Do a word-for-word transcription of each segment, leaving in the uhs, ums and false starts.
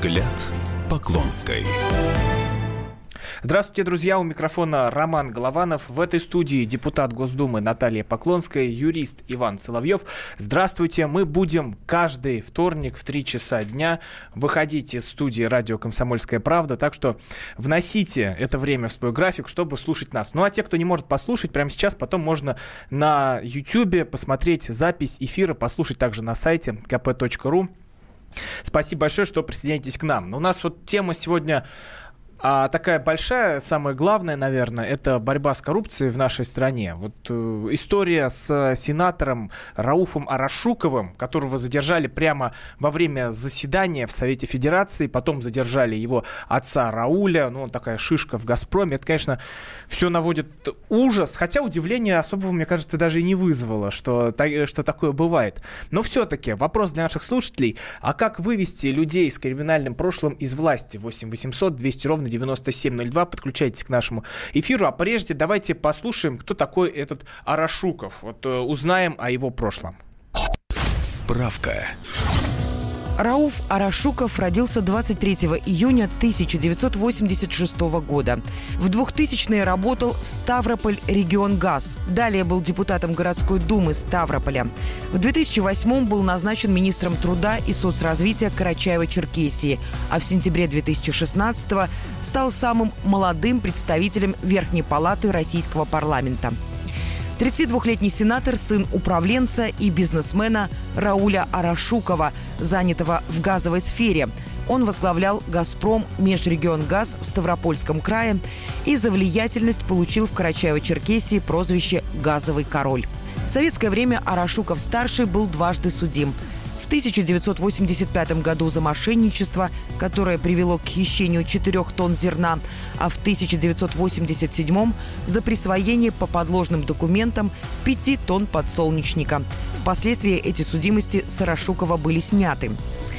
Взгляд Поклонской. Здравствуйте, друзья. У микрофона Роман Голованов. В этой студии депутат Госдумы Наталья Поклонская, юрист Иван Соловьев. Здравствуйте. Мы будем каждый вторник в три часа дня выходить из студии радио «Комсомольская правда». Так что вносите это время в свой график, чтобы слушать нас. Ну а те, кто не может послушать прямо сейчас, потом можно на YouTube посмотреть запись эфира, послушать также на сайте ка пэ точка ру. Спасибо большое, что присоединяетесь к нам. У нас вот тема сегодня... А такая большая, самое главное, наверное, это борьба с коррупцией в нашей стране. Вот э, история с сенатором Рауфом Арашуковым, которого задержали прямо во время заседания в Совете Федерации, потом задержали его отца Рауля, ну, такая шишка в «Газпроме». Это, конечно, все наводит ужас, хотя удивления особого, мне кажется, даже и не вызвало, что, что такое бывает. Но все-таки вопрос для наших слушателей: а как вывести людей с криминальным прошлым из власти? восемь восемьсот двести ровно девяносто семь ноль два. Подключайтесь к нашему эфиру. А прежде давайте послушаем, кто такой этот Арашуков. Вот э, узнаем о его прошлом. Справка. Рауф Арашуков родился двадцать третьего июня тысяча девятьсот восемьдесят шестого года. В двухтысячные работал в Ставрополь-Регионгаз. Далее был депутатом городской думы Ставрополя. В две тысячи восьмом был назначен министром труда и соцразвития Карачаево-Черкесии, а в сентябре две тысячи шестнадцатого стал самым молодым представителем Верхней палаты российского парламента. тридцатидвухлетний сенатор – сын управленца и бизнесмена Рауля Арашукова, занятого в газовой сфере. Он возглавлял «Газпром» Межрегионгаз в Ставропольском крае и за влиятельность получил в Карачаево-Черкесии прозвище «Газовый король». В советское время Арашуков-старший был дважды судим. В тысяча девятьсот восемьдесят пятом году за мошенничество, которое привело к хищению четырех тонн зерна, а в тысяча девятьсот восемьдесят седьмом за присвоение по подложным документам пяти тонн подсолнечника. Впоследствии эти судимости с Арашукова были сняты.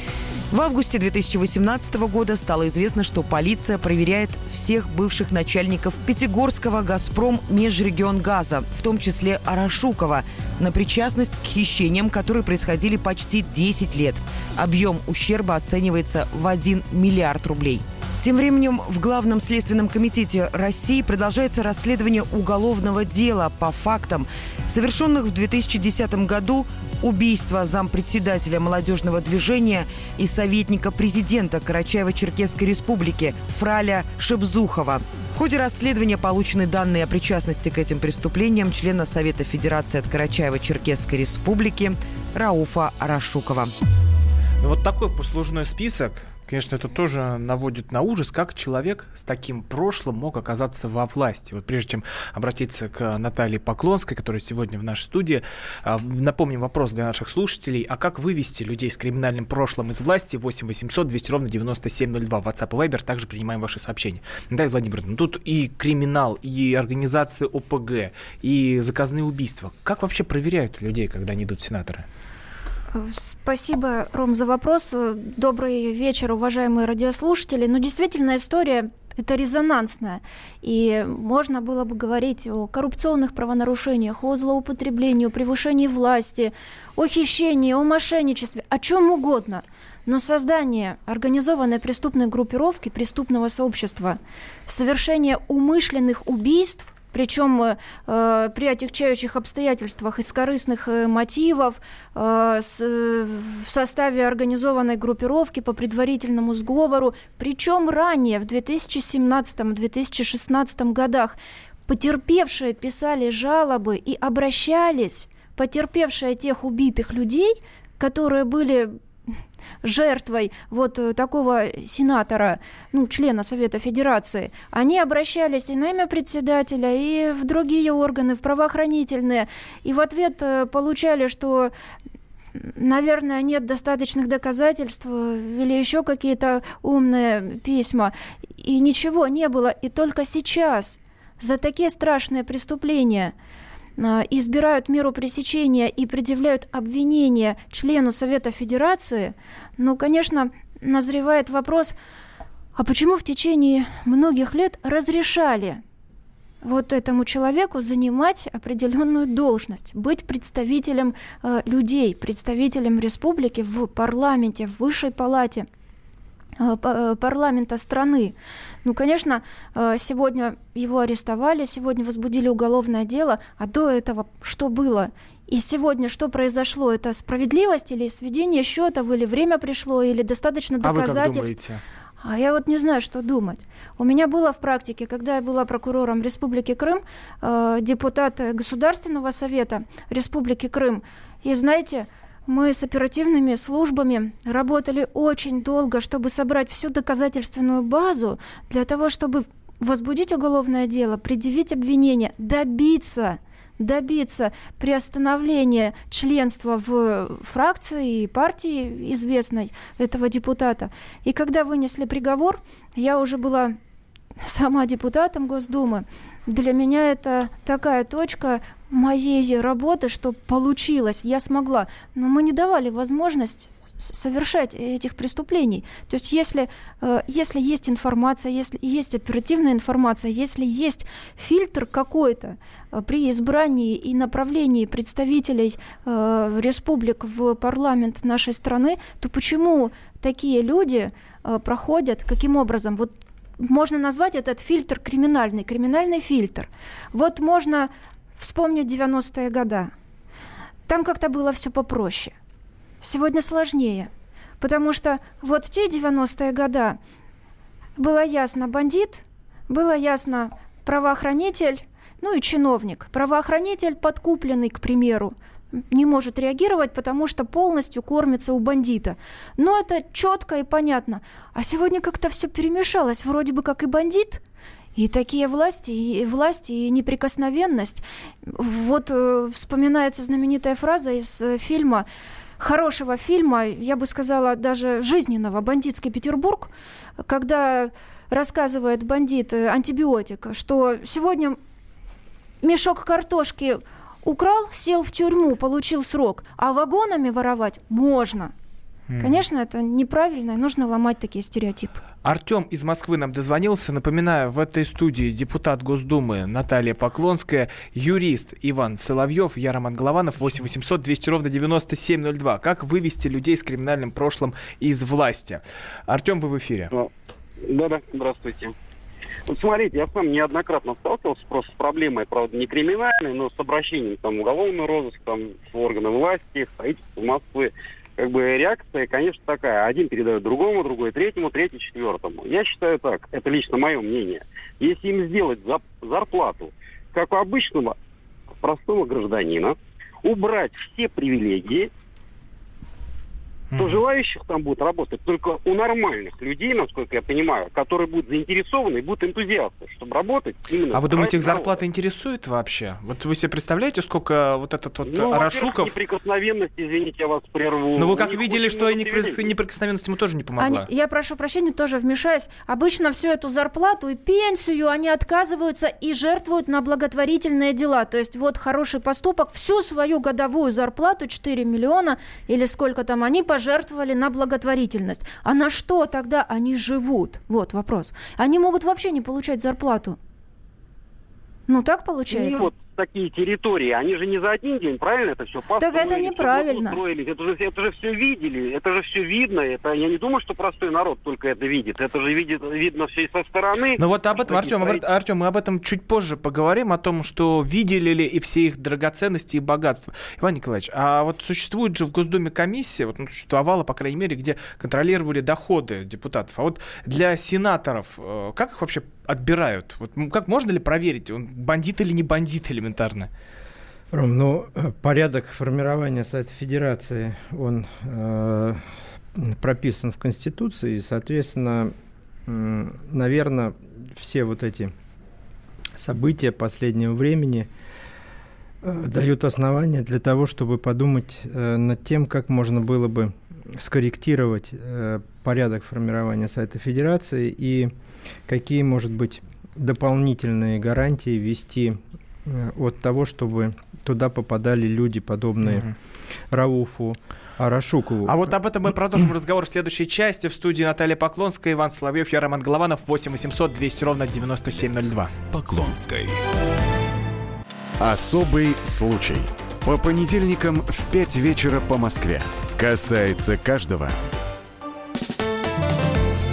В августе две тысячи восемнадцатого года стало известно, что полиция проверяет всех бывших начальников Пятигорского «Газпром» Межрегионгаза, в том числе Арашукова, на причастность к хищениям, которые происходили почти десять лет. Объем ущерба оценивается в один миллиард рублей. Тем временем в Главном следственном комитете России продолжается расследование уголовного дела по фактам, совершенных в две тысячи десятом году убийства зампредседателя молодежного движения и советника президента Карачаево-Черкесской республики Фраля Шебзухова. В ходе расследования получены данные о причастности к этим преступлениям члена Совета Федерации от Карачаево-Черкесской республики Рауфа Арашукова. Вот такой послужной список. Конечно, это тоже наводит на ужас, как человек с таким прошлым мог оказаться во власти. Вот прежде чем обратиться к Наталье Поклонской, которая сегодня в нашей студии, напомним вопрос для наших слушателей: а как вывести людей с криминальным прошлым из власти? восемь восемьсот двести ровно девяносто семь ноль два. WhatsApp и Viber, также принимаем ваши сообщения. Наталья Владимировна, тут и криминал, и организация о пэ гэ, и заказные убийства. Как вообще проверяют людей, когда они идут в сенаторы? Спасибо, Ром, за вопрос. Добрый вечер, уважаемые радиослушатели. Ну, действительно, история это резонансная. И можно было бы говорить о коррупционных правонарушениях, о злоупотреблении, о превышении власти, о хищении, о мошенничестве, о чем угодно. Но создание организованной преступной группировки, преступного сообщества, совершение умышленных убийств, причем э, при отягчающих обстоятельствах из корыстных э, мотивов, э, с, э, в составе организованной группировки по предварительному сговору. Причем ранее, в две тысячи семнадцатом - две тысячи шестнадцатом годах, потерпевшие писали жалобы и обращались, потерпевшие тех убитых людей, которые были жертвой вот такого сенатора, ну, члена Совета Федерации, они обращались и на имя председателя, и в другие органы, в правоохранительные, и в ответ получали, что, наверное, нет достаточных доказательств или еще какие-то умные письма, и ничего не было. И только сейчас за такие страшные преступления избирают меру пресечения и предъявляют обвинения члену Совета Федерации, ну, конечно, назревает вопрос, а почему в течение многих лет разрешали вот этому человеку занимать определенную должность, быть представителем э, людей, представителем республики в парламенте, в высшей палате? парламента страны. Ну, конечно, сегодня его арестовали, сегодня возбудили уголовное дело, а до этого что было? И сегодня что произошло? Это справедливость или сведение счетов, или время пришло, или достаточно доказательств? А вы как думаете? А я вот не знаю, что думать. У меня было в практике, когда я была прокурором Республики Крым, э, депутат Государственного совета Республики Крым, и знаете, мы с оперативными службами работали очень долго, чтобы собрать всю доказательственную базу для того, чтобы возбудить уголовное дело, предъявить обвинение, добиться добиться приостановления членства в фракции и партии известной этого депутата. И когда вынесли приговор, я уже была сама депутатом Госдумы. Для меня это такая точка моей работы, что получилось, я смогла. Но мы не давали возможность совершать этих преступлений. То есть если, э, если есть информация, если есть оперативная информация, если есть фильтр какой-то э, при избрании и направлении представителей э, республик в парламент нашей страны, то почему такие люди э, проходят, каким образом? Вот можно назвать этот фильтр криминальный, криминальный фильтр. Вот можно вспомнить девяностые годы. Там как-то было все попроще. Сегодня сложнее, потому что вот те девяностые годы было ясно бандит, было ясно правоохранитель, ну и чиновник. Правоохранитель подкупленный, к примеру, не может реагировать, потому что полностью кормится у бандита. Но это четко и понятно. А сегодня как-то все перемешалось, вроде бы как и бандит, и такие власти, и власти, и неприкосновенность. Вот э, вспоминается знаменитая фраза из э, фильма, хорошего фильма, я бы сказала, даже жизненного, «Бандитский Петербург», когда рассказывает бандит, антибиотик, что сегодня мешок картошки украл, сел в тюрьму, получил срок, а вагонами воровать можно. Mm. Конечно, это неправильно, и нужно ломать такие стереотипы. Артем из Москвы нам дозвонился. Напоминаю, в этой студии депутат Госдумы Наталья Поклонская, юрист Иван Соловьев, я Роман Голованов, восемь восемьсот двести ровно девяносто семь ноль два. Как вывести людей с криминальным прошлым из власти? Артем, вы в эфире. Да-да, здравствуйте. Вот смотрите, я сам неоднократно сталкивался просто с проблемой, правда, не криминальной, но с обращением там, в уголовный розыск, там, в органы власти, в правительство Москвы. Как бы реакция, конечно, такая. Один передает другому, другой третьему, третий четвертому. Я считаю так, это лично мое мнение. Если им сделать зарплату, как у обычного простого гражданина, убрать все привилегии, то желающих там будет работать только у нормальных людей, насколько я понимаю, которые будут заинтересованы и будут энтузиасты, чтобы работать именно... А вы думаете, их зарплата интересует вообще? Вот вы себе представляете, сколько вот этот вот ну, Арашуков... неприкосновенность, извините, я вас прерву. Но вы как видели, что неприкосновенность ему тоже не помогла. Они, я прошу прощения, тоже вмешаюсь. Обычно всю эту зарплату и пенсию они отказываются и жертвуют на благотворительные дела. То есть вот хороший поступок, всю свою годовую зарплату, четыре миллиона или сколько там они пожертвовали на благотворительность. А на что тогда они живут? Вот вопрос. Они могут вообще не получать зарплату. Ну, так получается? Ну, вот такие территории, они же не за один день, правильно это все построили? Так это неправильно. Это же, это же все видели, это же все видно. Это, я не думаю, что простой народ только это видит. Это же видит, видно все и со стороны. Ну вот об этом, Артем, об, Артем, мы об этом чуть позже поговорим, о том, что видели ли и все их драгоценности и богатства. Иван Николаевич, а вот существует же в Госдуме комиссия, вот ну, существовала, по крайней мере, где контролировали доходы депутатов. А вот для сенаторов, как их вообще отбирают? Вот как можно ли проверить, он бандит или не бандит элементарно? Ром, ну, порядок формирования Совета Федерации, он э, прописан в Конституции, и, соответственно, э, наверное, все вот эти события последнего времени э, дают основания для того, чтобы подумать э, над тем, как можно было бы скорректировать э, порядок формирования Совета Федерации и какие, может быть, дополнительные гарантии ввести э, от того, чтобы туда попадали люди, подобные угу. Рауфу Арашукову. А вот об этом мы продолжим разговор в следующей части. В студии Наталья Поклонская, Иван Соловьев, я Роман Голованов, восемь восемьсот двести ровно девяносто семь ноль два. Поклонской. Особый случай. По понедельникам в пять вечера по Москве. Касается каждого.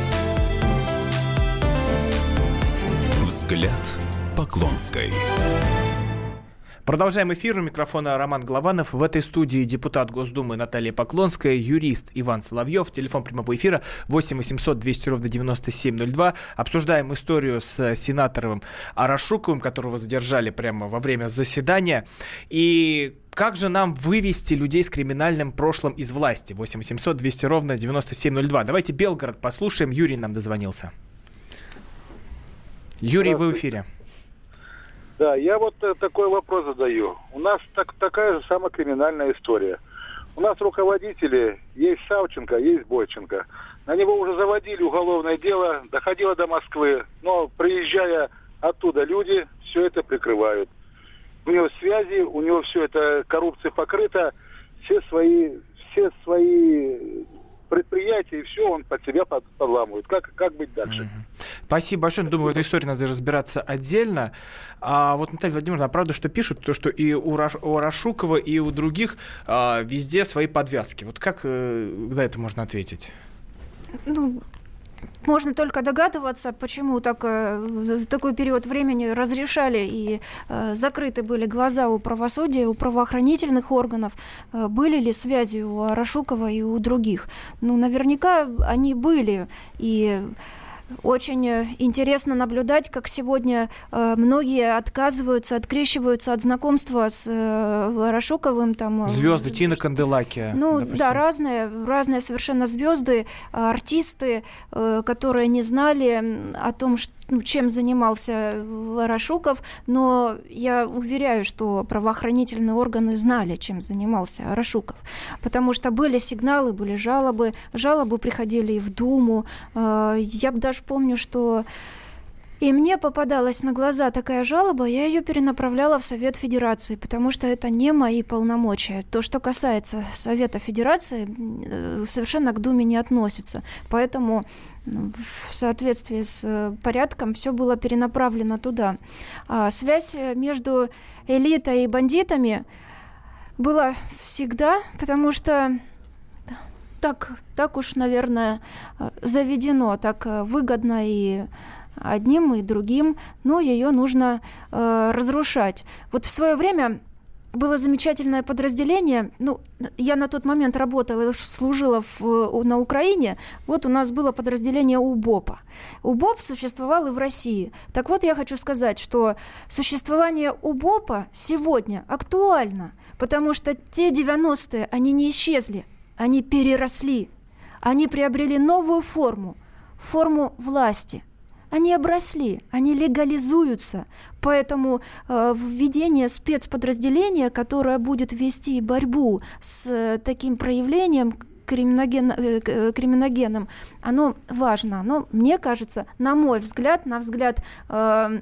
Взгляд Поклонской. Продолжаем эфир. У микрофона Роман Голованов. В этой студии депутат Госдумы Наталья Поклонская, юрист Иван Соловьев. Телефон прямого эфира восемь восемьсот двести ровно девяносто семь ноль два. Обсуждаем историю с сенатором Арашуковым, которого задержали прямо во время заседания. И как же нам вывести людей с криминальным прошлым из власти? восемь восемьсот двести ровно девяносто семь ноль два. Давайте Белгород послушаем. Юрий нам дозвонился. Юрий, вы в эфире. Да, я вот э, такой вопрос задаю. У нас так, такая же самая криминальная история. У нас руководители, есть Савченко, есть Бойченко. На него уже заводили уголовное дело, доходило до Москвы, но приезжая оттуда люди все это прикрывают. У него связи, у него все это коррупция покрыта, все свои, все свои предприятия, и все он под себя под, подламывает. Как, как быть дальше? Mm-hmm. Спасибо большое. Думаю, в этой истории надо разбираться отдельно. А вот, Наталья Владимировна, правда, что пишут, то, что и у, Раш, у Арашукова, и у других а, везде свои подвязки. Вот как э, на это можно ответить? Ну, можно только догадываться, почему так, в такой период времени разрешали и э, закрыты были глаза у правосудия, у правоохранительных органов. Э, были ли связи у Арашукова и у других? Ну, наверняка они были. И очень интересно наблюдать, как сегодня э, многие отказываются, открещиваются от знакомства с э, Арашуковым. Там, звезды, Тина Канделаки. Ну, допустим. Да, разные, разные совершенно звезды, артисты, э, которые не знали о том, что, ну, чем занимался Арашуков, но я уверяю, что правоохранительные органы знали, чем занимался Арашуков, потому что были сигналы, были жалобы, жалобы приходили и в Думу. Я даже помню, что и мне попадалась на глаза такая жалоба, я ее перенаправляла в Совет Федерации, потому что это не мои полномочия. То, что касается Совета Федерации, совершенно к Думе не относится. Поэтому в соответствии с порядком все было перенаправлено туда. А связь между элитой и бандитами была всегда, потому что так, так уж, наверное, заведено, так выгодно и одним и другим, но ее нужно э, разрушать. Вот в свое время было замечательное подразделение, ну, я на тот момент работала, служила в, на Украине, вот у нас было подразделение УБОПа. УБОП существовал и в России. Так вот, я хочу сказать, что существование УБОПа сегодня актуально, потому что те девяностые, они не исчезли, они переросли, они приобрели новую форму, форму власти. Они обросли, они легализуются. Поэтому э, введение спецподразделения, которое будет вести борьбу с э, таким проявлением криминоген, э, криминогенным, оно важно. Но мне кажется, на мой взгляд, на взгляд э,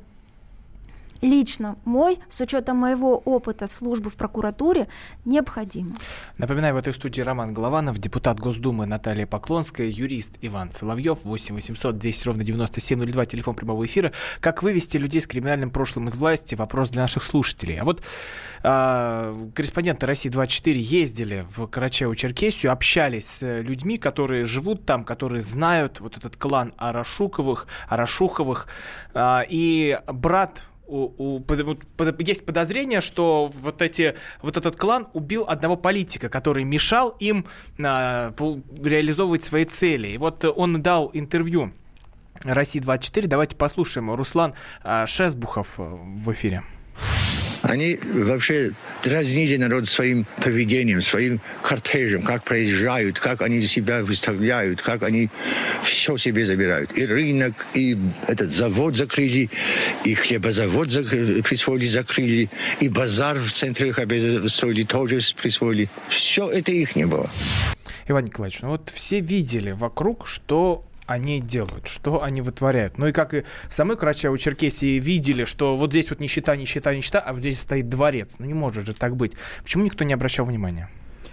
лично мой, с учетом моего опыта службы в прокуратуре, необходимо. Напоминаю, в этой студии Роман Голованов, депутат Госдумы Наталья Поклонская, юрист Иван Соловьев, восемь восемьсот двести ровно девяносто семь ноль два, телефон прямого эфира. Как вывести людей с криминальным прошлым из власти? Вопрос для наших слушателей. А вот э, корреспонденты России двадцать четыре ездили в Карачаево-Черкесию, общались с людьми, которые живут там, которые знают вот этот клан Арашуковых, Арашуховых. Э, и брат У, у, под, под, есть подозрение, что вот, эти, вот этот клан убил одного политика, который мешал им а, реализовывать свои цели. И вот он дал интервью России двадцать четыре. Давайте послушаем. Руслан а, Шесбухов в эфире. Они вообще дразнили народ своим поведением, своим кортежем, как проезжают, как они себя выставляют, как они все себе забирают. И рынок, и этот завод закрыли, и хлебозавод закрыли, присвоили, закрыли, и базар в центре строили, тоже присвоили. Все это их не было. Иван Николаевич, ну вот все видели вокруг, что они делают, что они вытворяют. Ну и как и в самой Карачаево-Черкесии видели, что вот здесь вот нищета, нищета, нищета, а вот здесь стоит дворец. Ну не может же так быть. Почему никто не обращал внимания?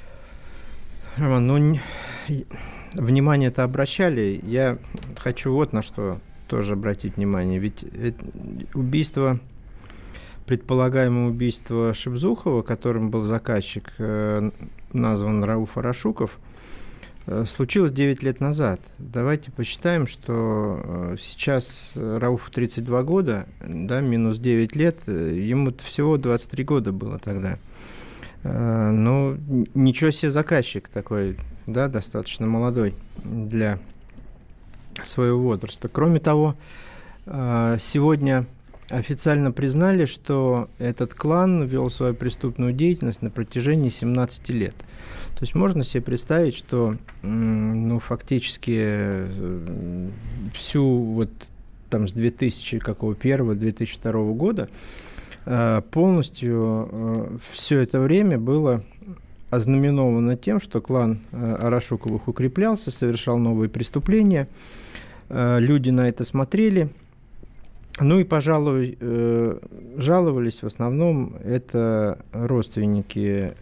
Роман, ну внимание-то обращали. Я хочу вот на что тоже обратить внимание. Ведь убийство, предполагаемое убийство Шебзухова, которым был заказчик, назван Рауф Арашуков, случилось девять лет назад. Давайте посчитаем, что сейчас Рауфу тридцать два года, да, минус девять лет, ему всего двадцать три года было тогда. Ну, ничего себе заказчик такой, да, достаточно молодой для своего возраста. Кроме того, сегодня официально признали, что этот клан вел свою преступную деятельность на протяжении семнадцати лет. То есть можно себе представить, что ну, фактически всю вот там с две тысячи первого - две тысячи второго года полностью все это время было ознаменовано тем, что клан Арашуковых укреплялся, совершал новые преступления, люди на это смотрели. Ну и, пожалуй, жаловались в основном это родственники,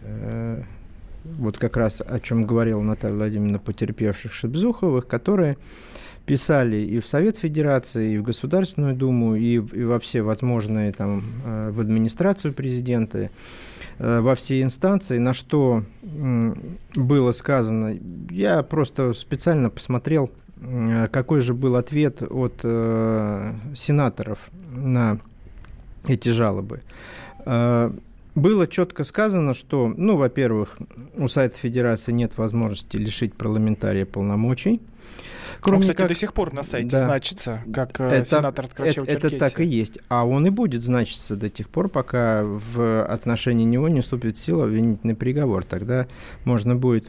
вот как раз о чем говорила Наталья Владимировна, потерпевших Шебзуховых, которые писали и в Совет Федерации, и в Государственную Думу, и, и во все возможные там, в администрацию президента, во все инстанции, на что было сказано. Я просто специально посмотрел, какой же был ответ от э, сенаторов на эти жалобы. Э, было четко сказано, что, ну, во-первых, у Совета Федерации нет возможности лишить парламентария полномочий. Кроме он, кстати, как... до сих пор на сайте да, значится, как это, сенатор от Карачаево-Черкесии. Это, это так и есть. А он и будет значиться до тех пор, пока в отношении него не вступит в силу обвинительный приговор. Тогда можно будет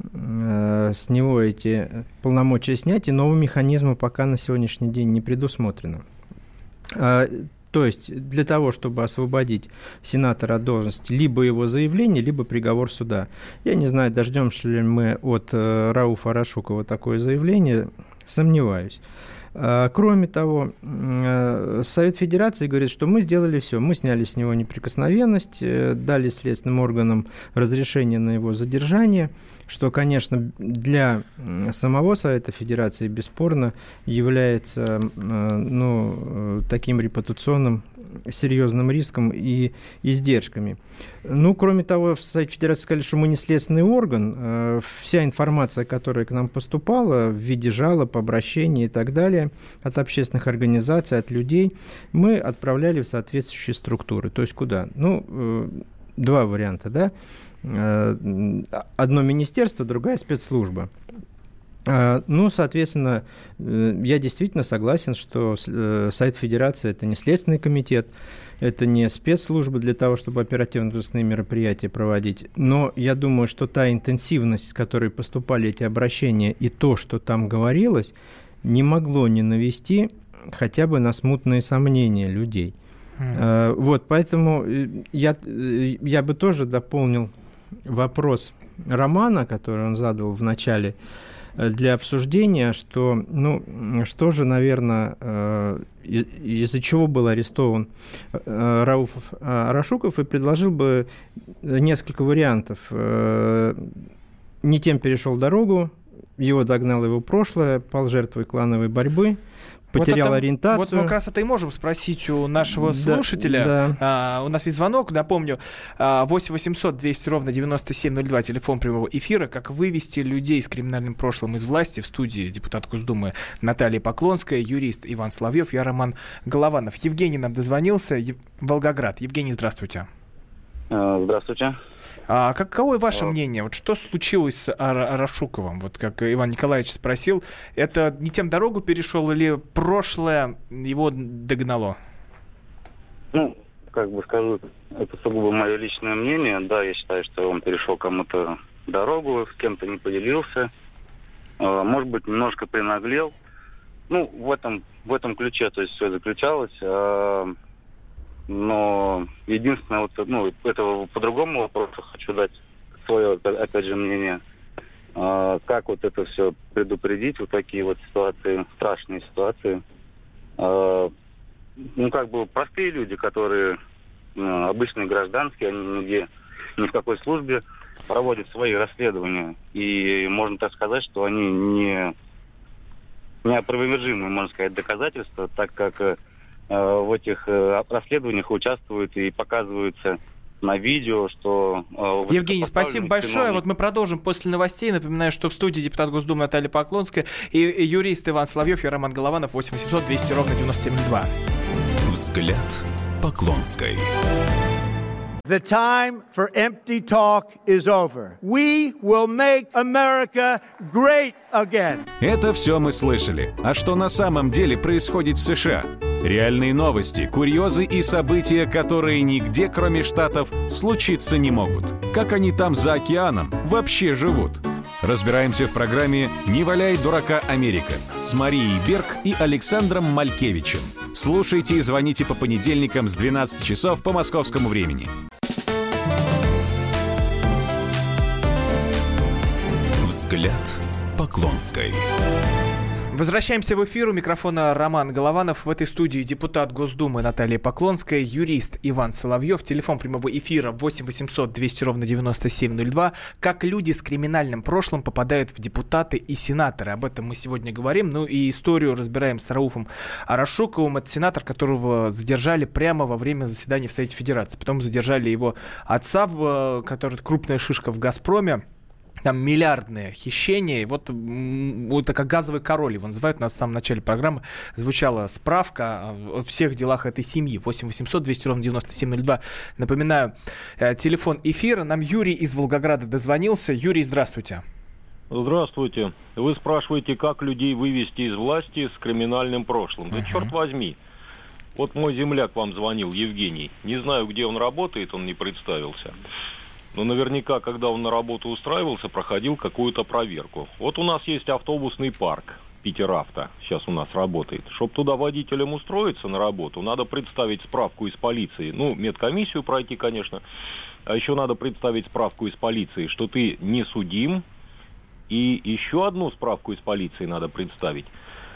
с него эти полномочия снять, и нового механизма пока на сегодняшний день не предусмотрено. То есть для того, чтобы освободить сенатора от должности, либо его заявление, либо приговор суда. Я не знаю, дождемся ли мы от Рауфа Арашукова такое заявление, сомневаюсь. Кроме того, Совет Федерации говорит, что мы сделали все. Мы сняли с него неприкосновенность, дали следственным органам разрешение на его задержание, что, конечно, для самого Совета Федерации бесспорно является ну, таким репутационным серьезным риском и издержками. Ну, кроме того, в Совете Федерации сказали, что мы не следственный орган. Вся информация, которая к нам поступала в виде жалоб, обращений и так далее от общественных организаций, от людей, мы отправляли в соответствующие структуры. То есть куда? Ну, два варианта, да? Одно министерство, другая спецслужба. Ну, соответственно, я действительно согласен, что Совет Федерации – это не Следственный комитет, это не спецслужбы для того, чтобы оперативно-розыскные мероприятия проводить. Но я думаю, что та интенсивность, с которой поступали эти обращения, и то, что там говорилось, не могло не навести хотя бы на смутные сомнения людей. Mm. Вот, поэтому я, я бы тоже дополнил вопрос Романа, который он задал в начале, для обсуждения, что, ну, что же, наверное, из-за чего был арестован Рауф Арашуков, и предложил бы несколько вариантов. Не тем перешел дорогу, его догнало его прошлое, пал жертвой клановой борьбы, потерял вот это, ориентацию. Вот мы как раз это и можем спросить у нашего слушателя. Да. А, у нас есть звонок, напомню, восемь восемьсот двести ровно девяносто семь ноль два, телефон прямого эфира. Как вывести людей с криминальным прошлым из власти? В студии депутат Госдумы Наталья Поклонская, юрист Иван Соловьев, я Роман Голованов. Евгений нам дозвонился, Ев... Волгоград. Евгений, здравствуйте. Здравствуйте. А каково ваше мнение? Вот что случилось с Ар- Арашуковым? Вот как Иван Николаевич спросил, это не тем дорогу перешел или прошлое его догнало? Ну, как бы скажу, это сугубо мое личное мнение. Да, я считаю, что он перешел кому-то дорогу, с кем-то не поделился. Может быть, немножко принаглел. Ну, в этом, в этом ключе, то есть все заключалось. Но единственное, вот, ну, это по другому вопросу хочу дать свое, опять же, мнение. А, как вот это все предупредить, вот такие вот ситуации, страшные ситуации. А, ну, как бы простые люди, которые ну, обычные гражданские, они нигде, ни в какой службе проводят свои расследования. И можно так сказать, что они не неопровержимые, можно сказать, доказательства, так как в этих расследованиях участвуют и показываются на видео, что... Э, Евгений, спасибо большое. Чиновник... Вот мы продолжим после новостей. Напоминаю, что в студии депутат Госдумы Наталья Поклонская и юрист Иван Соловьев и Роман Голованов. Восемь восемьсот двести ровно девяносто семь ноль два. Взгляд Поклонской. The time for empty talk is over. We will make America great again. Это все мы слышали. А что на самом деле происходит в США? Реальные новости, курьезы и события, которые нигде, кроме Штатов, случиться не могут. Как они там за океаном вообще живут? Разбираемся в программе «Не валяй дурака, Америка» с Марией Берг и Александром Малькевичем. Слушайте и звоните по понедельникам с двенадцати часов по московскому времени. Взгляд Поклонской. Возвращаемся в эфир. У микрофона Роман Голованов. В этой студии депутат Госдумы Наталья Поклонская, юрист Иван Соловьев. Телефон прямого эфира восемь восемьсот двести ровно девяносто семь ноль два. Как люди с криминальным прошлым попадают в депутаты и сенаторы. Об этом мы сегодня говорим. Ну и историю разбираем с Рауфом Арашуковым. Это сенатор, которого задержали прямо во время заседания в Совете Федерации. Потом задержали его отца, который крупная шишка в «Газпроме». Там миллиардное хищение. И вот, вот как газовый король его называют. У нас в самом начале программы звучала справка о всех делах этой семьи. восемь восемьсот двести ровно девяносто семь ноль два. Напоминаю, телефон эфира. Нам Юрий из Волгограда дозвонился. Юрий, здравствуйте. Здравствуйте. Вы спрашиваете, как людей вывести из власти с криминальным прошлым. Да uh-huh. черт возьми. Вот мой земляк вам звонил, Евгений. Не знаю, где он работает, он не представился. Но наверняка, когда он на работу устраивался, проходил какую-то проверку. Вот у нас есть автобусный парк, Питеравто, сейчас у нас работает. Чтобы туда водителям устроиться на работу, надо представить справку из полиции. Ну, медкомиссию пройти, конечно. А еще надо представить справку из полиции, что ты не судим. И еще одну справку из полиции надо представить,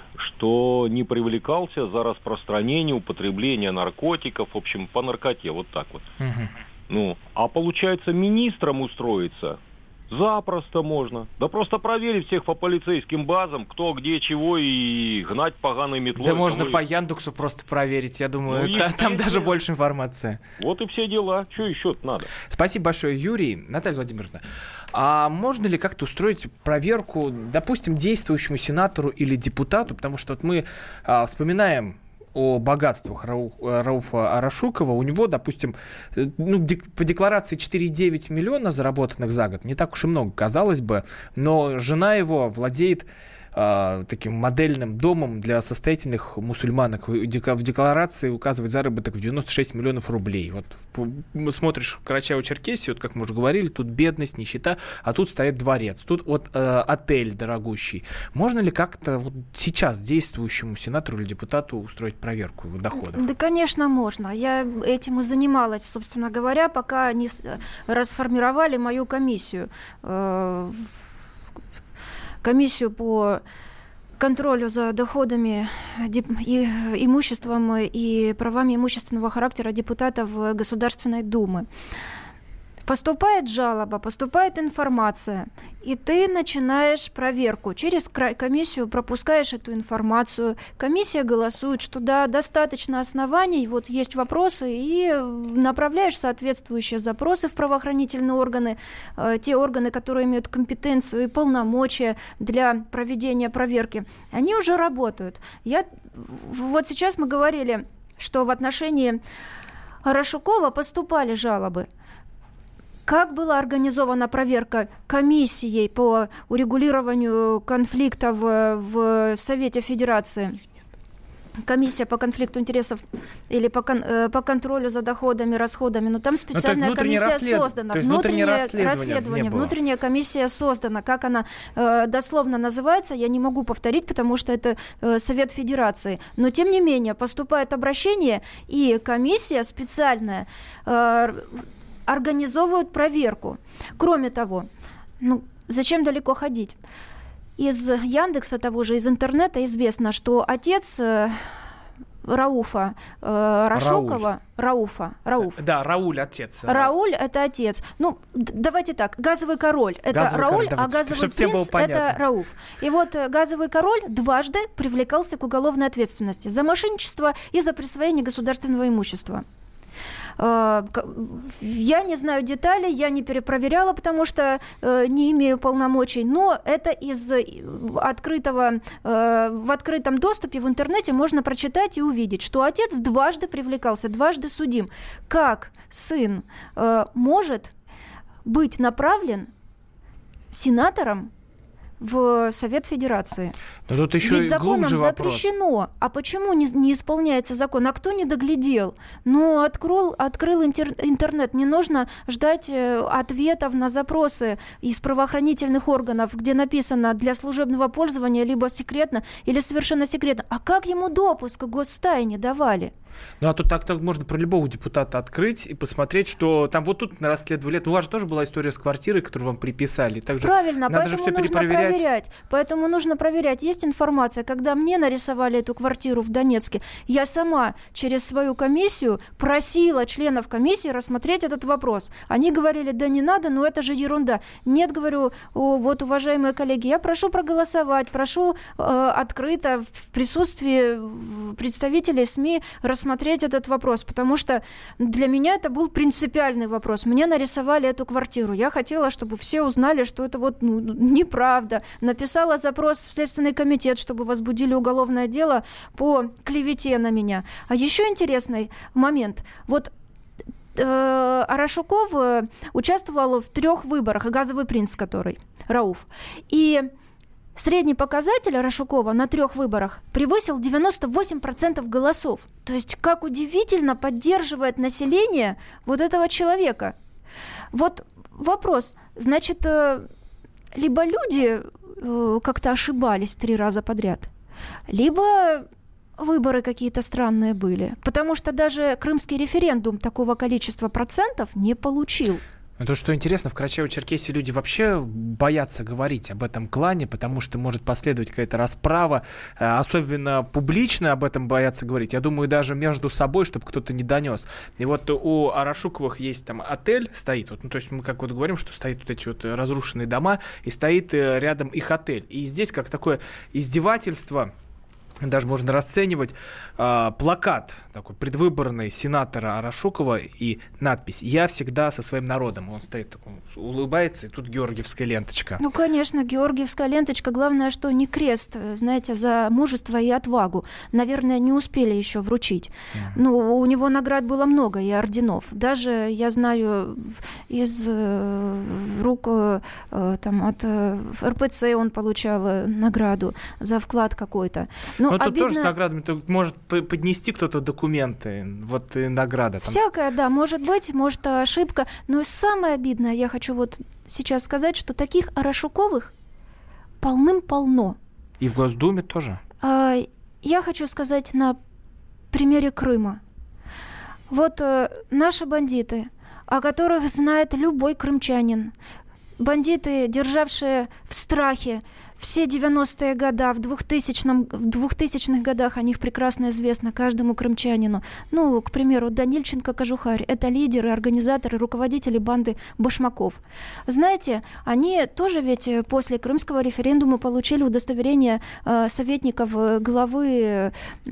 что не привлекался за распространение, употребление наркотиков, в общем, по наркоте, вот так вот. Угу. Ну, а получается, министром устроиться запросто можно. Да просто проверить всех по полицейским базам, кто, где, чего, и гнать поганой метлой. Да можно по Яндексу просто проверить, я думаю, ну, та, там даже больше информации. Вот и все дела. Что еще надо? Спасибо большое, Юрий. Наталья Владимировна, а можно ли как-то устроить проверку, допустим, действующему сенатору или депутату, потому что вот мы а, вспоминаем о богатствах Рау, Рауфа Арашукова. У него, допустим, ну, дек, по декларации четыре целых девять десятых миллиона заработанных за год. Не так уж и много, казалось бы. Но жена его владеет э, таким модельным домом для состоятельных мусульманок. В декларации указывает заработок в девяносто шесть миллионов рублей. Вот смотришь Карачаево-Черкесию, вот как мы уже говорили, тут бедность, нищета, а тут стоит дворец. Тут вот э, отель дорогущий. Можно ли как-то вот сейчас действующему сенатору или депутату устроить проверку его доходов? Да, конечно, можно. Я этим и занималась, собственно говоря, пока они расформировали мою комиссию. Э, комиссию по контролю за доходами, и имуществом и правами имущественного характера депутатов Государственной Думы. Поступает жалоба, поступает информация, и ты начинаешь проверку. Через комиссию пропускаешь эту информацию. Комиссия голосует, что да, достаточно оснований, вот есть вопросы, и направляешь соответствующие запросы в правоохранительные органы, э, те органы, которые имеют компетенцию и полномочия для проведения проверки. Они уже работают. Я, вот сейчас мы говорили, что в отношении Арашукова поступали жалобы. Как была организована проверка комиссией по урегулированию конфликтов в Совете Федерации? Комиссия по конфликту интересов или по, кон, по контролю за доходами, расходами. Но там специальная комиссия расслед... создана. Внутреннее расследование. расследование внутренняя комиссия создана. Как она э, дословно называется, я не могу повторить, потому что это э, Совет Федерации. Но, тем не менее, поступает обращение, и комиссия специальная э, организовывает проверку. Кроме того, ну, зачем далеко ходить? Из Яндекса того же, из интернета известно, что отец э, Рауфа э, Арашукова, Рауфа, Рауф. Да, Рауль отец. Рауль это отец. Ну, д- давайте так, газовый король это газовый Рауль, король, а газовый принц это Рауф. И вот газовый король дважды привлекался к уголовной ответственности за мошенничество и за присвоение государственного имущества. Я не знаю деталей, я не перепроверяла, потому что не имею полномочий, но это из открытого, в открытом доступе в интернете можно прочитать и увидеть, что отец дважды привлекался, дважды судим. Как сын может быть направлен сенатором в Совет Федерации? Но тут еще Ведь и законом глубже запрещено. Вопрос. А почему не, не исполняется закон? А кто не доглядел? Ну, открыл, открыл интер, интернет. Не нужно ждать э, ответов на запросы из правоохранительных органов, где написано для служебного пользования либо секретно, или совершенно секретно. А как ему допуск к гостайне давали? Ну, а тут так, так можно про любого депутата открыть и посмотреть, что там вот тут расследовали лет. У вас же тоже была история с квартирой, которую вам приписали. Также правильно, надо поэтому же все нужно перепроверять. проверять. Поэтому нужно проверять. Есть информация, когда мне нарисовали эту квартиру в Донецке, я сама через свою комиссию просила членов комиссии рассмотреть этот вопрос. Они говорили, да не надо, но это же ерунда. Нет, говорю, вот, уважаемые коллеги, я прошу проголосовать, прошу э, открыто в присутствии представителей СМИ рассмотреть смотреть этот вопрос, потому что для меня это был принципиальный вопрос. Мне нарисовали эту квартиру. Я хотела, чтобы все узнали, что это вот ну, неправда. Написала запрос в Следственный комитет, чтобы возбудили уголовное дело по клевете на меня. А еще интересный момент. Вот э, Арашуков участвовал в трех выборах, и газовый принц который, Рауф. И средний показатель Арашукова на трех выборах превысил девяносто восемь процентов голосов. То есть как удивительно поддерживает население вот этого человека. Вот вопрос. Значит, либо люди как-то ошибались три раза подряд, либо выборы какие-то странные были. Потому что даже крымский референдум такого количества процентов не получил. Но то, что интересно, в Карачаево-Черкесии люди вообще боятся говорить об этом клане, потому что может последовать какая-то расправа. Особенно публично об этом боятся говорить. Я думаю, даже между собой, чтобы кто-то не донес. И вот у Арашуковых есть там отель, стоит. Вот, ну, то есть мы как вот говорим, что стоят вот эти вот разрушенные дома, и стоит рядом их отель. И здесь как такое издевательство, даже можно расценивать э, плакат такой предвыборный сенатора Арашукова и надпись «Я всегда со своим народом». Он стоит такой, улыбается, и тут георгиевская ленточка. Ну, конечно, георгиевская ленточка. Главное, что не крест, знаете, за мужество и отвагу. Наверное, не успели еще вручить. Mm. Ну, у него наград было много и орденов. Даже, я знаю, из э, рук э, там, от э, эр пэ цэ он получал э, награду за вклад какой-то. Но ну, тут тоже с наградами может поднести кто-то документы, вот и награда. Там. Всякое, да, может быть, может ошибка. Но самое обидное, я хочу вот сейчас сказать, что таких Арашуковых полным-полно. И в Госдуме тоже? А, я хочу сказать на примере Крыма. Вот э, наши бандиты, о которых знает любой крымчанин, бандиты, державшие в страхе все девяностые годы, в двухтысячных, в двухтысячных годах о них прекрасно известно каждому крымчанину. Ну, к примеру, Данильченко, Кожухарь – это лидеры, организаторы, руководители банды башмаков. Знаете, они тоже ведь после крымского референдума получили удостоверение э, советников главы э,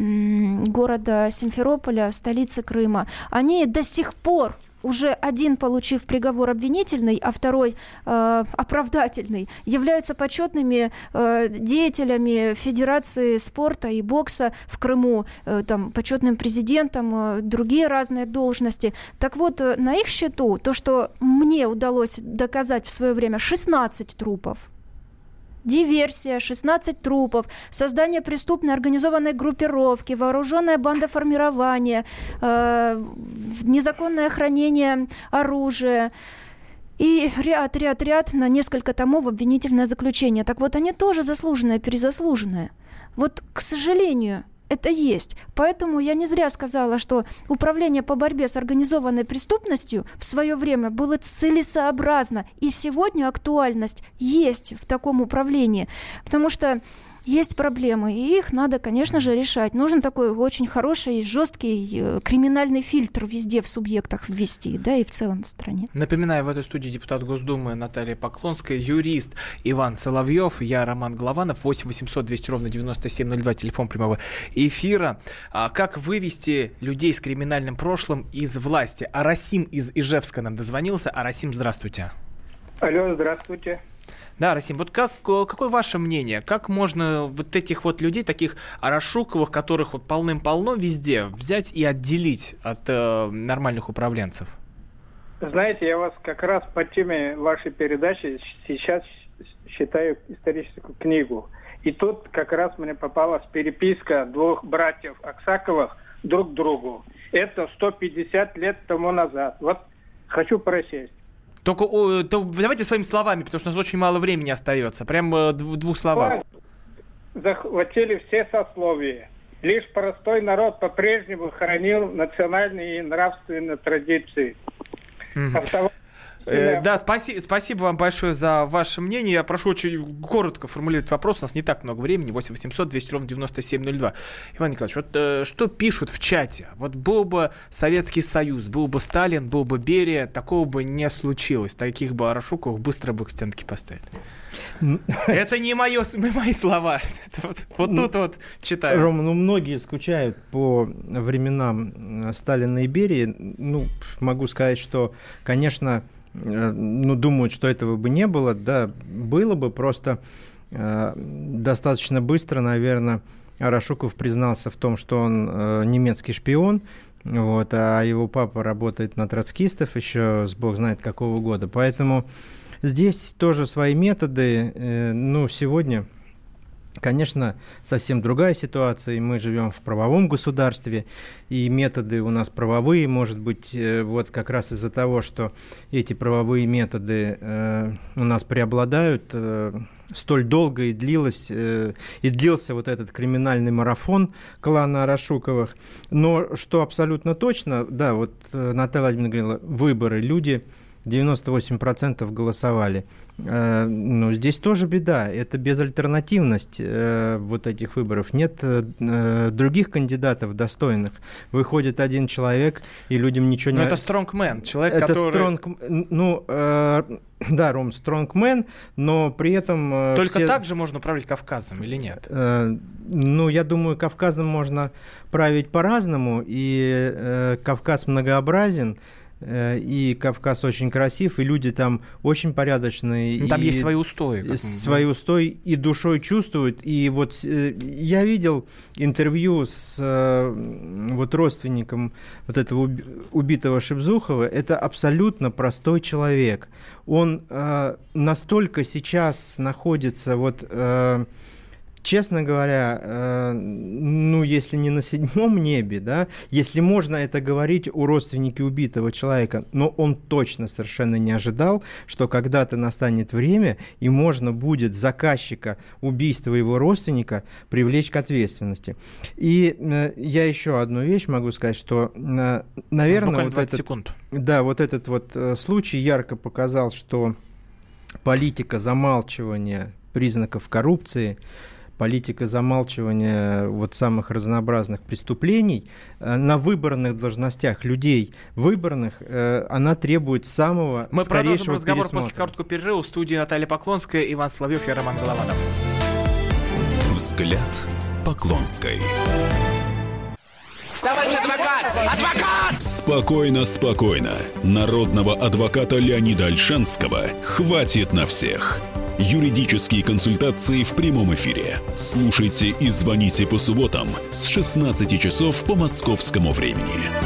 города Симферополя, столицы Крыма. Они до сих пор, уже один, получив приговор обвинительный, а второй э, оправдательный, являются почетными э, деятелями Федерации спорта и бокса в Крыму, э, там, почетным президентом, э, другие разные должности. Так вот, э, на их счету то, что мне удалось доказать в свое время, шестнадцать трупов. Диверсия, шестнадцать трупов, создание преступной организованной группировки, вооруженное бандоформирование, э, незаконное хранение оружия и ряд, ряд, ряд на несколько томов обвинительное заключение. Так вот, они тоже заслуженные, перезаслуженные. Вот, к сожалению, это есть. Поэтому я не зря сказала, что управление по борьбе с организованной преступностью в свое время было целесообразно. И сегодня актуальность есть в таком управлении. Потому что Есть проблемы, и их надо, конечно же, решать. Нужен такой очень хороший, жесткий криминальный фильтр везде в субъектах ввести, да, и в целом в стране. Напоминаю, в этой студии депутат Госдумы Наталья Поклонская, юрист Иван Соловьев, я Роман Голованов, восемь восемьсот двести ровно девяносто семь ноль два, телефон прямого эфира. А как вывести людей с криминальным прошлым из власти? Арасим из Ижевска нам дозвонился. Арасим, здравствуйте. Алло, здравствуйте. Да, Расим, вот как, какое ваше мнение? Как можно вот этих вот людей, таких Арашуковых, которых вот полным-полно везде, взять и отделить от э, нормальных управленцев? Знаете, я вас как раз по теме вашей передачи сейчас считаю историческую книгу. И тут как раз мне попалась переписка двух братьев Аксаковых друг к другу. Это сто пятьдесят лет тому назад. Вот хочу прочесть. Только о, то давайте своими словами, потому что у нас очень мало времени остается. Прям в двух словах. Захватили все сословия. Лишь простой народ по-прежнему хранил национальные и нравственные традиции. Mm-hmm. Э, да, спаси, спасибо вам большое за ваше мнение. Я прошу очень коротко формулировать вопрос. У нас не так много времени. восемь восемьсот двести ровно девяносто семь ноль два. Иван Николаевич, вот э, что пишут в чате? Вот был бы Советский Союз, был бы Сталин, был бы Берия, такого бы не случилось. Таких бы Арашуковых быстро бы к стенке поставили. Это не моё, мои слова. Вот, вот тут вот читаю. Рома, ну многие скучают по временам Сталина и Берии. Ну, могу сказать, что, конечно, ну, думают, что этого бы не было. Да, было бы, просто э, достаточно быстро, наверное, Арашуков признался в том, что он э, немецкий шпион, вот, а его папа работает на троцкистов еще с бог знает какого года. Поэтому здесь тоже свои методы. Э, ну, сегодня, конечно, совсем другая ситуация, и мы живем в правовом государстве, и методы у нас правовые, может быть, вот как раз из-за того, что эти правовые методы э, у нас преобладают, э, столь долго и длилось, э, и длился вот этот криминальный марафон клана Арашуковых. Но что абсолютно точно, да, вот Наталья Владимировна говорила, выборы, люди девяносто восемь процентов голосовали. Э, ну, здесь тоже беда. Это безальтернативность э, вот этих выборов. Нет э, других кандидатов достойных. Выходит один человек, и людям ничего не... Но это стронгмен, человек, это который... Стронг... Ну, э, да, Ром, стронгмен, но при этом... Э, Только все... так же можно управлять Кавказом или нет? Э, ну, я думаю, Кавказом можно править по-разному, и э, Кавказ многообразен, и Кавказ очень красив, и люди там очень порядочные. Ну, там и есть свои устои. Свои устои и душой чувствуют. И вот я видел интервью с вот родственником вот этого убитого Шипзухова. Это абсолютно простой человек. Он э, настолько сейчас находится вот... Э, Честно говоря, э, ну, если не на седьмом небе, да, если можно это говорить у родственника убитого человека, но он точно совершенно не ожидал, что когда-то настанет время, и можно будет заказчика убийства его родственника привлечь к ответственности. И э, я еще одну вещь могу сказать, что, э, наверное, вот этот, секунд. Да, вот этот вот э, случай ярко показал, что политика замалчивания признаков коррупции, политика замалчивания вот самых разнообразных преступлений на выборных должностях людей, выборных, она требует самого Мы скорейшего продолжим разговор пересмотра. После короткого перерыва. В студии Наталья Поклонская, Иван Соловьев, я Роман Голованов. Взгляд Поклонской. Товарищ адвокат! Адвокат! Спокойно, спокойно. Народного адвоката Леонида Ольшанского хватит на всех. Юридические консультации в прямом эфире. Слушайте и звоните по субботам с шестнадцати часов по московскому времени.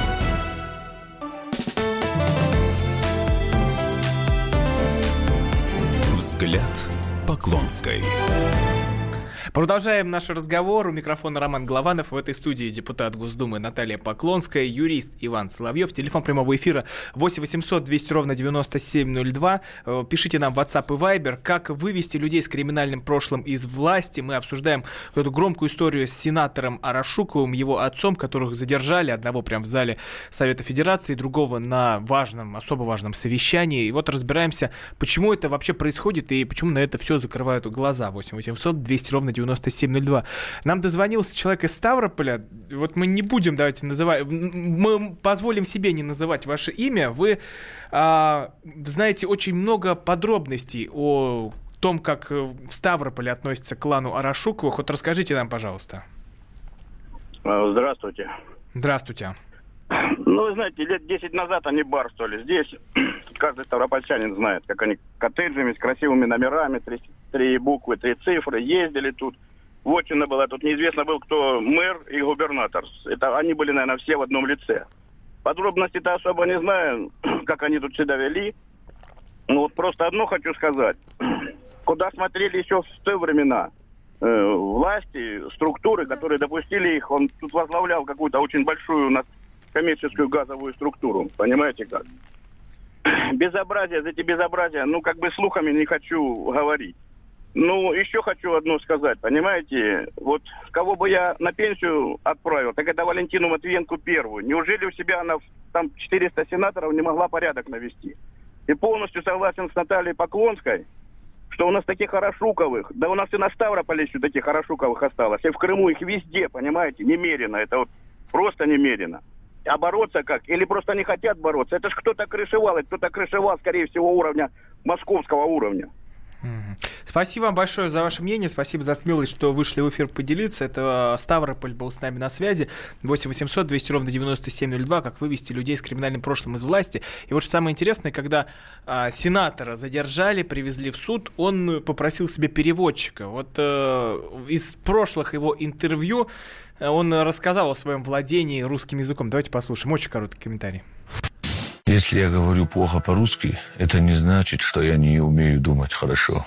Взгляд Поклонской. Продолжаем наш разговор. У микрофона Роман Голованов. В этой студии депутат Госдумы Наталья Поклонская, юрист Иван Соловьев. Телефон прямого эфира восемь восемьсот двести ровно девяносто семь ноль два. Пишите нам в WhatsApp и Viber, как вывести людей с криминальным прошлым из власти. Мы обсуждаем эту громкую историю с сенатором Арашуковым, его отцом, которых задержали. Одного прямо в зале Совета Федерации, другого на важном, особо важном совещании. И вот разбираемся, почему это вообще происходит и почему на это все закрывают глаза. восемь восемьсот двести ровно девяносто девяносто семь ноль два. Нам дозвонился человек из Ставрополя. Вот мы не будем, давайте называть, мы позволим себе не называть ваше имя. Вы а, знаете очень много подробностей о том, как в Ставрополе относится к клану Арашуковых. Вот расскажите нам, пожалуйста. Здравствуйте. Здравствуйте. Ну, вы знаете, лет десять назад они барствовали. Здесь каждый ставропольчанин знает, как они коттеджами с красивыми номерами, три, три буквы, три цифры, ездили тут. Вотчина была, тут неизвестно был, кто мэр и губернатор. Это они были, наверное, все в одном лице. Подробности-то особо не знаю, как они тут себя вели. Ну, вот просто одно хочу сказать. Куда смотрели еще в те времена э, власти, структуры, которые допустили их, он тут возглавлял какую-то очень большую у нас коммерческую газовую структуру. Понимаете как? Безобразие, эти безобразия, ну, как бы слухами не хочу говорить. Ну, еще хочу одно сказать, понимаете? Вот кого бы я на пенсию отправил, так это Валентину Матвиенко первую. Неужели у себя она, там, четыреста сенаторов не могла порядок навести? И полностью согласен с Натальей Поклонской, что у нас таких Арашуковых, да у нас и на Ставрополе еще таких Арашуковых осталось, и в Крыму их везде, понимаете, немерено, это вот просто немерено. А бороться как? Или просто не хотят бороться? Это ж кто-то крышевал, это кто-то крышевал, скорее всего, уровня, московского уровня. Спасибо вам большое за ваше мнение, спасибо за смелость, что вышли в эфир поделиться. Это Ставрополь был с нами на связи. восемь восемьсот двести ровно девяносто семь ноль два, как вывести людей с криминальным прошлым из власти. И вот что самое интересное, когда а, сенатора задержали, привезли в суд, он попросил себе переводчика. Вот а, из прошлых его интервью он рассказал о своем владении русским языком. Давайте послушаем, очень короткий комментарий. Если я говорю плохо по-русски, это не значит, что я не умею думать хорошо.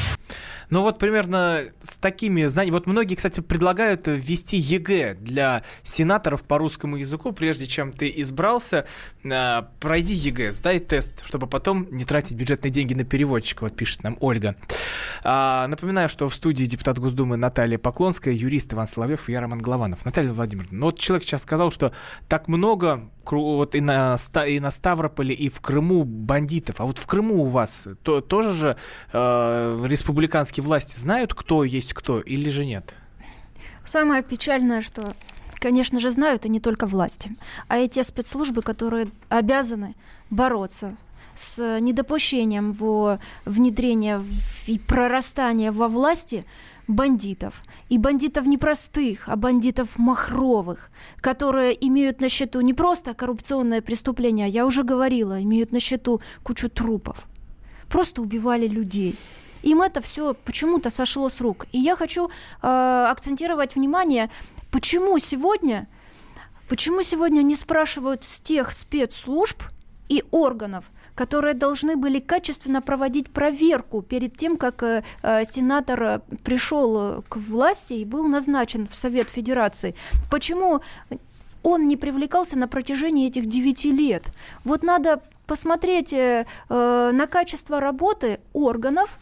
Ну вот примерно с такими знаниями. Вот многие, кстати, предлагают ввести ЕГЭ для сенаторов по русскому языку. Прежде чем ты избрался, пройди ЕГЭ, сдай тест, чтобы потом не тратить бюджетные деньги на переводчика, вот пишет нам Ольга. А, напоминаю, что в студии депутат Госдумы Наталья Поклонская, юрист Иван Соловьев и я, Роман Голованов. Наталья Владимировна, ну вот человек сейчас сказал, что так много вот и на, и на Ставрополе, и в Крыму бандитов. А вот в Крыму у вас то, тоже же э, республиканские власти знают, кто есть кто, или же нет? Самое печальное, что, конечно же, знают и не только власти, а и те спецслужбы, которые обязаны бороться с недопущением во внедрения и прорастания во власти бандитов. И бандитов не простых, а бандитов махровых, которые имеют на счету не просто коррупционное преступление, я уже говорила, имеют на счету кучу трупов. Просто убивали людей. Им это все почему-то сошло с рук. И я хочу э, акцентировать внимание, почему сегодня, почему сегодня не спрашивают с тех спецслужб и органов, которые должны были качественно проводить проверку перед тем, как э, сенатор пришел к власти и был назначен в Совет Федерации. Почему он не привлекался на протяжении этих девяти лет? Вот надо посмотреть э, на качество работы органов,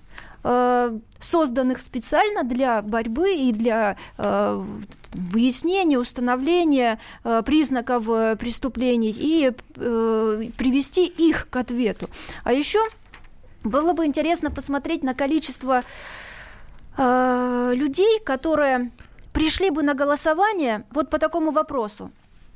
созданных специально для борьбы и для э, выяснения, установления э, признаков э, преступлений и э, привести их к ответу. А еще было бы интересно посмотреть на количество э, людей, которые пришли бы на голосование вот по такому вопросу.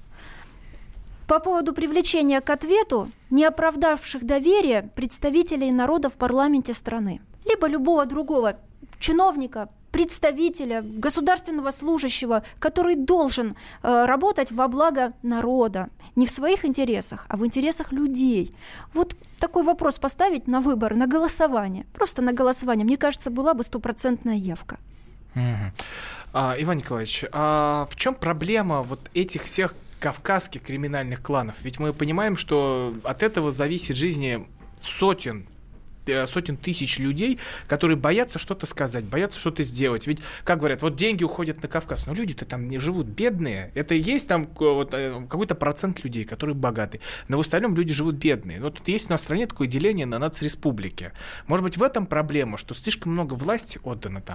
По поводу привлечения к ответу не оправдавших доверия представителей народа в парламенте страны. Либо любого другого чиновника, представителя, государственного служащего, который должен э, работать во благо народа. Не в своих интересах, а в интересах людей. Вот такой вопрос поставить на выбор, на голосование. Просто на голосование. Мне кажется, была бы стопроцентная явка. Mm-hmm. А, Иван Николаевич, а в чем проблема вот этих всех кавказских криминальных кланов? Ведь мы понимаем, что от этого зависит жизнь сотен сотен тысяч людей, которые боятся что-то сказать, боятся что-то сделать. Ведь, как говорят, вот деньги уходят на Кавказ, но люди-то там не живут бедные. Это и есть там вот, какой-то процент людей, которые богаты. Но в остальном люди живут бедные. Но тут есть у нас в стране такое деление на нацреспублики. Может быть, в этом проблема, что слишком много власти отдано там?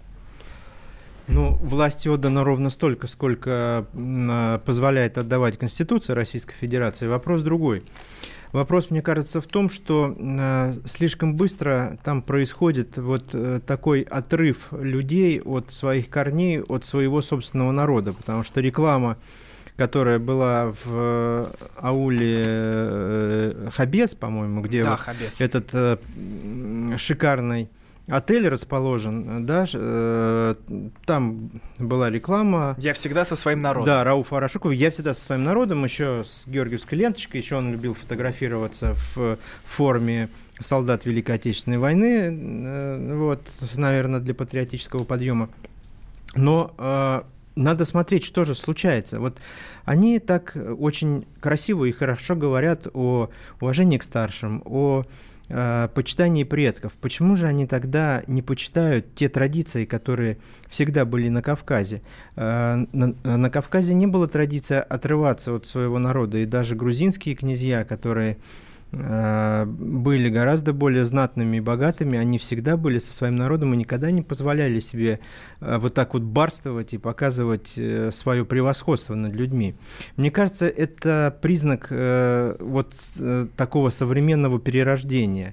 Ну, власти отдано ровно столько, сколько позволяет отдавать Конституция Российской Федерации. Вопрос другой. Вопрос, мне кажется, в том, что э, слишком быстро там происходит вот э, такой отрыв людей от своих корней, от своего собственного народа, потому что реклама, которая была в э, ауле э, Хабес, по-моему, где да, вот Хабес. этот э, шикарный отель расположен, да, э, там была реклама. Я всегда со своим народом. Да, Рауф Арашуков. Я всегда со своим народом, еще с георгиевской ленточкой, еще он любил фотографироваться в форме солдат Великой Отечественной войны, э, вот, наверное, для патриотического подъема. Но э, надо смотреть, что же случается. Вот они так очень красиво и хорошо говорят о уважении к старшим, о почитании предков. Почему же они тогда не почитают те традиции, которые всегда были на Кавказе? На, на Кавказе не было традиции отрываться от своего народа, и даже грузинские князья, которые были гораздо более знатными и богатыми, они всегда были со своим народом и никогда не позволяли себе вот так вот барствовать и показывать свое превосходство над людьми. Мне кажется, это признак вот такого современного перерождения.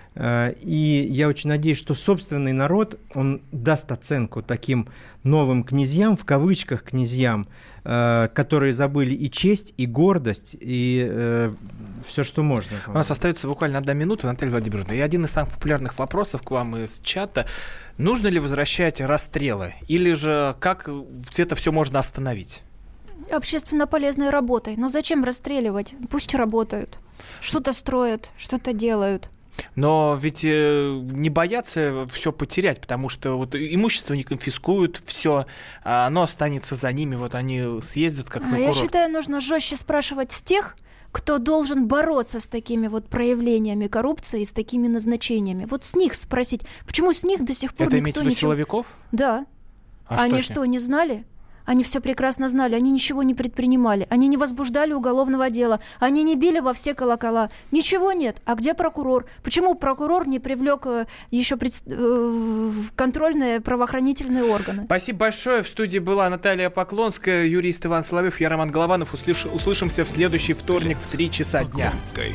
И я очень надеюсь, что собственный народ, он даст оценку таким новым князьям, в кавычках князьям, которые забыли и честь, и гордость, и э, все, что можно. У нас остается буквально одна минута, Наталья Владимировна. И один из самых популярных вопросов к вам из чата. Нужно ли возвращать расстрелы? Или же как это все можно остановить? Общественно полезной работой. Но зачем расстреливать? Пусть работают. Что-то строят, что-то делают. Но ведь э, не боятся все потерять, потому что вот имущество не конфискуют, все, а оно останется за ними, вот они съездят как на курорт. Я считаю, нужно жестче спрашивать с тех, кто должен бороться с такими вот проявлениями коррупции, с такими назначениями. Вот с них спросить, почему с них до сих пор Это никто имеете в виду ничего... силовиков? Да. А Они что, что, не знали? Они все прекрасно знали, они ничего не предпринимали, они не возбуждали уголовного дела, они не били во все колокола. Ничего нет. А где прокурор? Почему прокурор не привлек еще пред... контрольные правоохранительные органы? Спасибо большое. В студии была Наталья Поклонская, юрист Иван Соловьев, я Роман Голованов. Услыш... Услышимся в следующий вторник в три часа дня.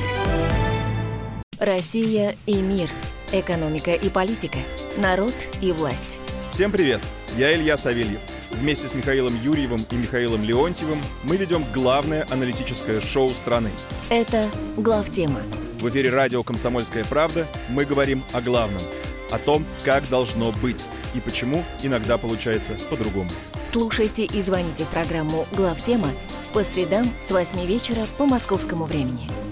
Россия и мир. Экономика и политика. Народ и власть. Всем привет. Я Илья Савельев. Вместе с Михаилом Юрьевым и Михаилом Леонтьевым мы ведем главное аналитическое шоу страны. Это «Главтема». В эфире радио «Комсомольская правда» мы говорим о главном, о том, как должно быть и почему иногда получается по-другому. Слушайте и звоните в программу «Главтема» по средам с восьми вечера по московскому времени.